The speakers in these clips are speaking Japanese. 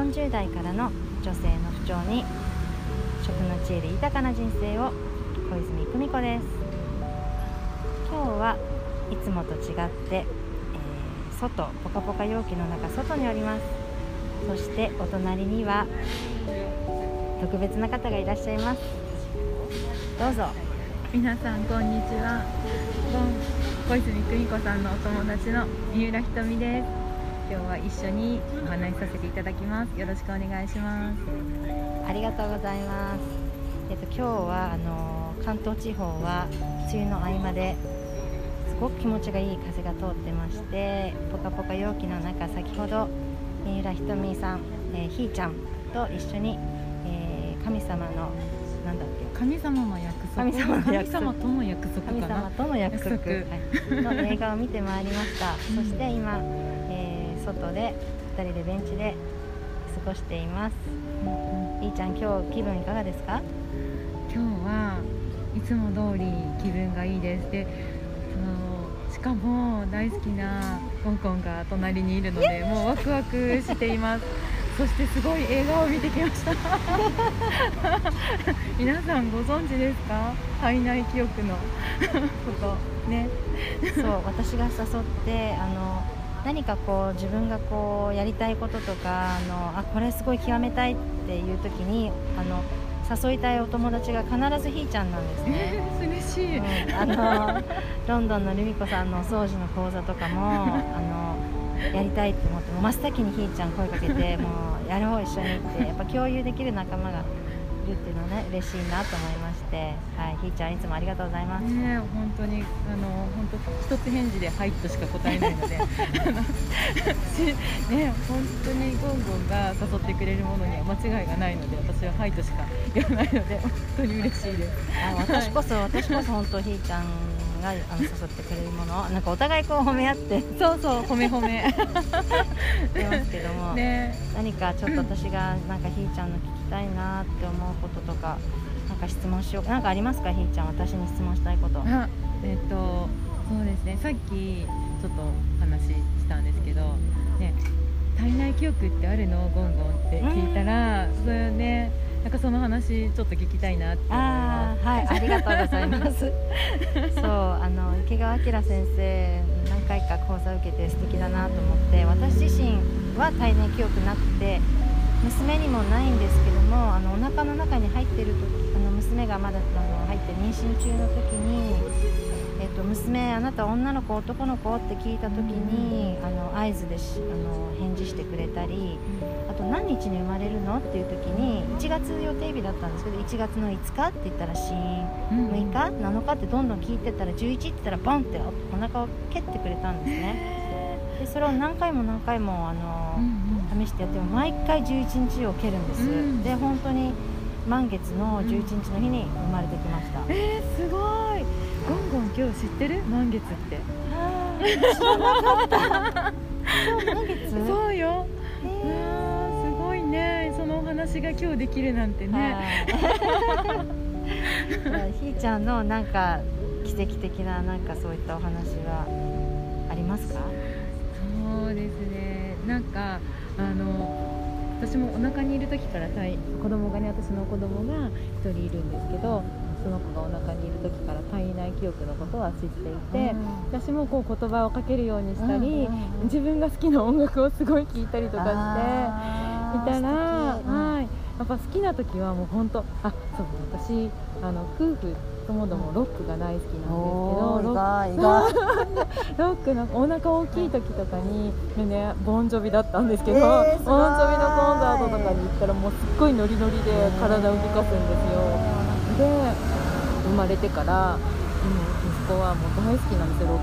40代からの女性の不調に食の知恵で豊かな人生を、小泉久美子です。今日はいつもと違って、外ポカポカ陽気の中、外におります。そしてお隣には特別な方がいらっしゃいます。どうぞ。 皆さんこんにちは。小泉久美子さんのお友達の三浦ひとみです。今日は一緒にお話しさせていただきます。よろしくお願いします。 ありがとうございます。今日は関東地方は梅雨の合間ですごく気持ちがいい風が通ってまして、ポカポカ陽気の中、先ほど三浦ひとみさん、ひーちゃんと一緒に、神様のなんだっけ、 神様の約束、神様との約束かな、 神様との約束、の映画を見てまいりました。そして今、外で2人でベンチで過ごしています。いいちゃん、今日気分いかがですか？ 今日はいつも通り気分がいいです。で、しかも大好きなコンコンが隣にいるので、もうワクワクしています。そしてすごい映画を見てきました皆さんご存知ですか？体内記憶のことね。 そう、私が誘って何かこう自分がこうやりたいこととかこれすごい極めたいっていう時に誘いたいお友達が必ずひーちゃんなんですね。 嬉しい、 ロンドンのルミ子さんのお掃除の講座とかもやりたいって思っても真っ先にひーちゃん声かけてもうやろう一緒にって、やっぱ共有できる仲間がいるっていうのはね、嬉しいなと思いまして、はい、ひーちゃんいつもありがとうございます。 本当に本当一つ返事ではいとしか答えないのでね、本当にゴンゴンが誘ってくれるものには間違いがないので、私ははいとしか言わないので本当に嬉しいです。 私こそ本当ひーちゃんが誘ってくれるもの、なんかお互いこう褒め合ってそう褒め出ますけども、 ね、 何かちょっと私がなんかひーちゃんの聞きたいなって思うこととか、なんか質問しよう、なんかありますか？ひーちゃん、私に質問したいこと。 そうですね、さっきちょっと話したんですけど、ね、体内記憶ってあるのゴンゴンって聞いたら、そうよね、なんかその話ちょっと聞きたいなって思います。 はい、ありがとうございますそう池川明先生何回か講座を受けて素敵だなと思って、私自身は体内記憶なくて娘にもないんですけども、お腹の中に入っている時、娘がまだ入って妊娠中の時に、娘、あなた女の子男の子って聞いた時に合図で返事してくれたり、あと何日に生まれるのっていう時に1月予定日だったんですけど、1月の5日って言ったら死因、6日7日ってどんどん聞いてったら11って言ったらボンってお腹を蹴ってくれたんですね。でそれを何回も試してやっても毎回11日を蹴るんです。で本当に満月の11日の日に生まれてきました。 すごい。ゴンゴン今日知ってる？満月って。 知らなかった。今日満月？ そうよ。すごいね。そのお話が今日できるなんてね。 ひーちゃんのなんか奇跡的ななんかそういったお話はありますか？ そうですね。なんか私もお腹にいる時から子供がね、私の子供が1人いるんですけど、その子がお腹にいる時から体内記憶のことは知っていて、私もこう言葉をかけるようにしたり、自分が好きな音楽をすごい聴いたりとかしていたら、やっぱ好きな時はもう本当、そう私夫婦ともどもロックが大好きなんですけど、ロックのお腹大きい時とかにね、ボンジョビだったんですけど、ボンジョビのコンサートとかに行ったらもうすっごいノリノリで体を動かすんですよ。で生まれてから息子はもう大好きなんですよ、ロッ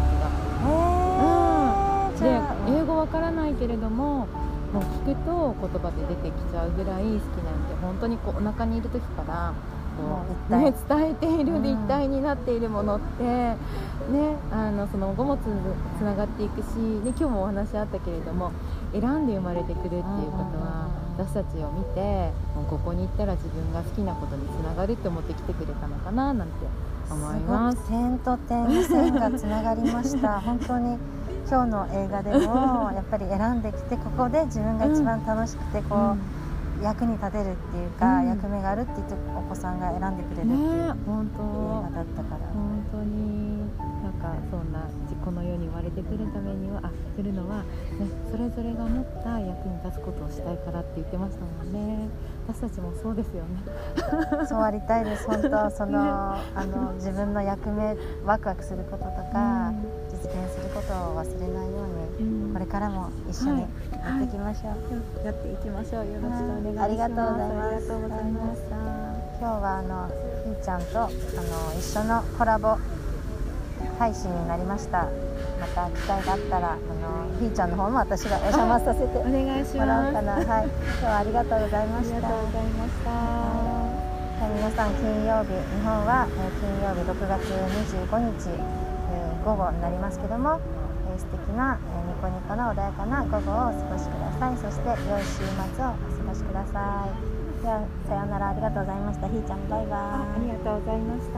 クが。で英語わからないけれども、もう聞くと言葉で出てきちゃうぐらい好きなんで、本当にこうお腹にいる時から伝えているで一体になっているものってね、その後もつながっていくし、で今日もお話あったけれども、選んで生まれてくるっていうことは、私たちを見てもうここに行ったら自分が好きなことにつながるって思って来てくれたのかななんて思います。 すごく点と点の線がつながりました本当に今日の映画でもやっぱり選んできて、ここで自分が一番楽しくてこう、 役に立てるっていうか、 うん、 役目があるって言ってお子さんが選んでくれるっていう本当映画だったから、 本当になんかそんなこの世に生まれてくるためにはするのは、ね、それぞれが持った役に立つことをしたいからって言ってましたもんね。私たちもそうですよね。 そうありたいです。本当その自分の役目ワクワクすることとか、実現することを忘れないように、これからも一緒にやっていきましょう。 やっていきましょう。よろしくお願いします。 ありがとうございます。 ありがとうございました。 今日はひーちゃんと一緒のコラボ配信になりました。また機会があったらひーちゃんの方も私がお邪魔させてお願いしもらおうます。 かな。はい、今日はありがとうございました。 ありがとうございました。 皆さん金曜日、日本は金曜日6月25日、午後になりますけども、素敵なニコニコな穏やかな午後をお過ごしください。そして良い週末をお過ごしください。ではさようなら。ありがとうございました。ひーちゃんバイバイ。 ありがとうございました。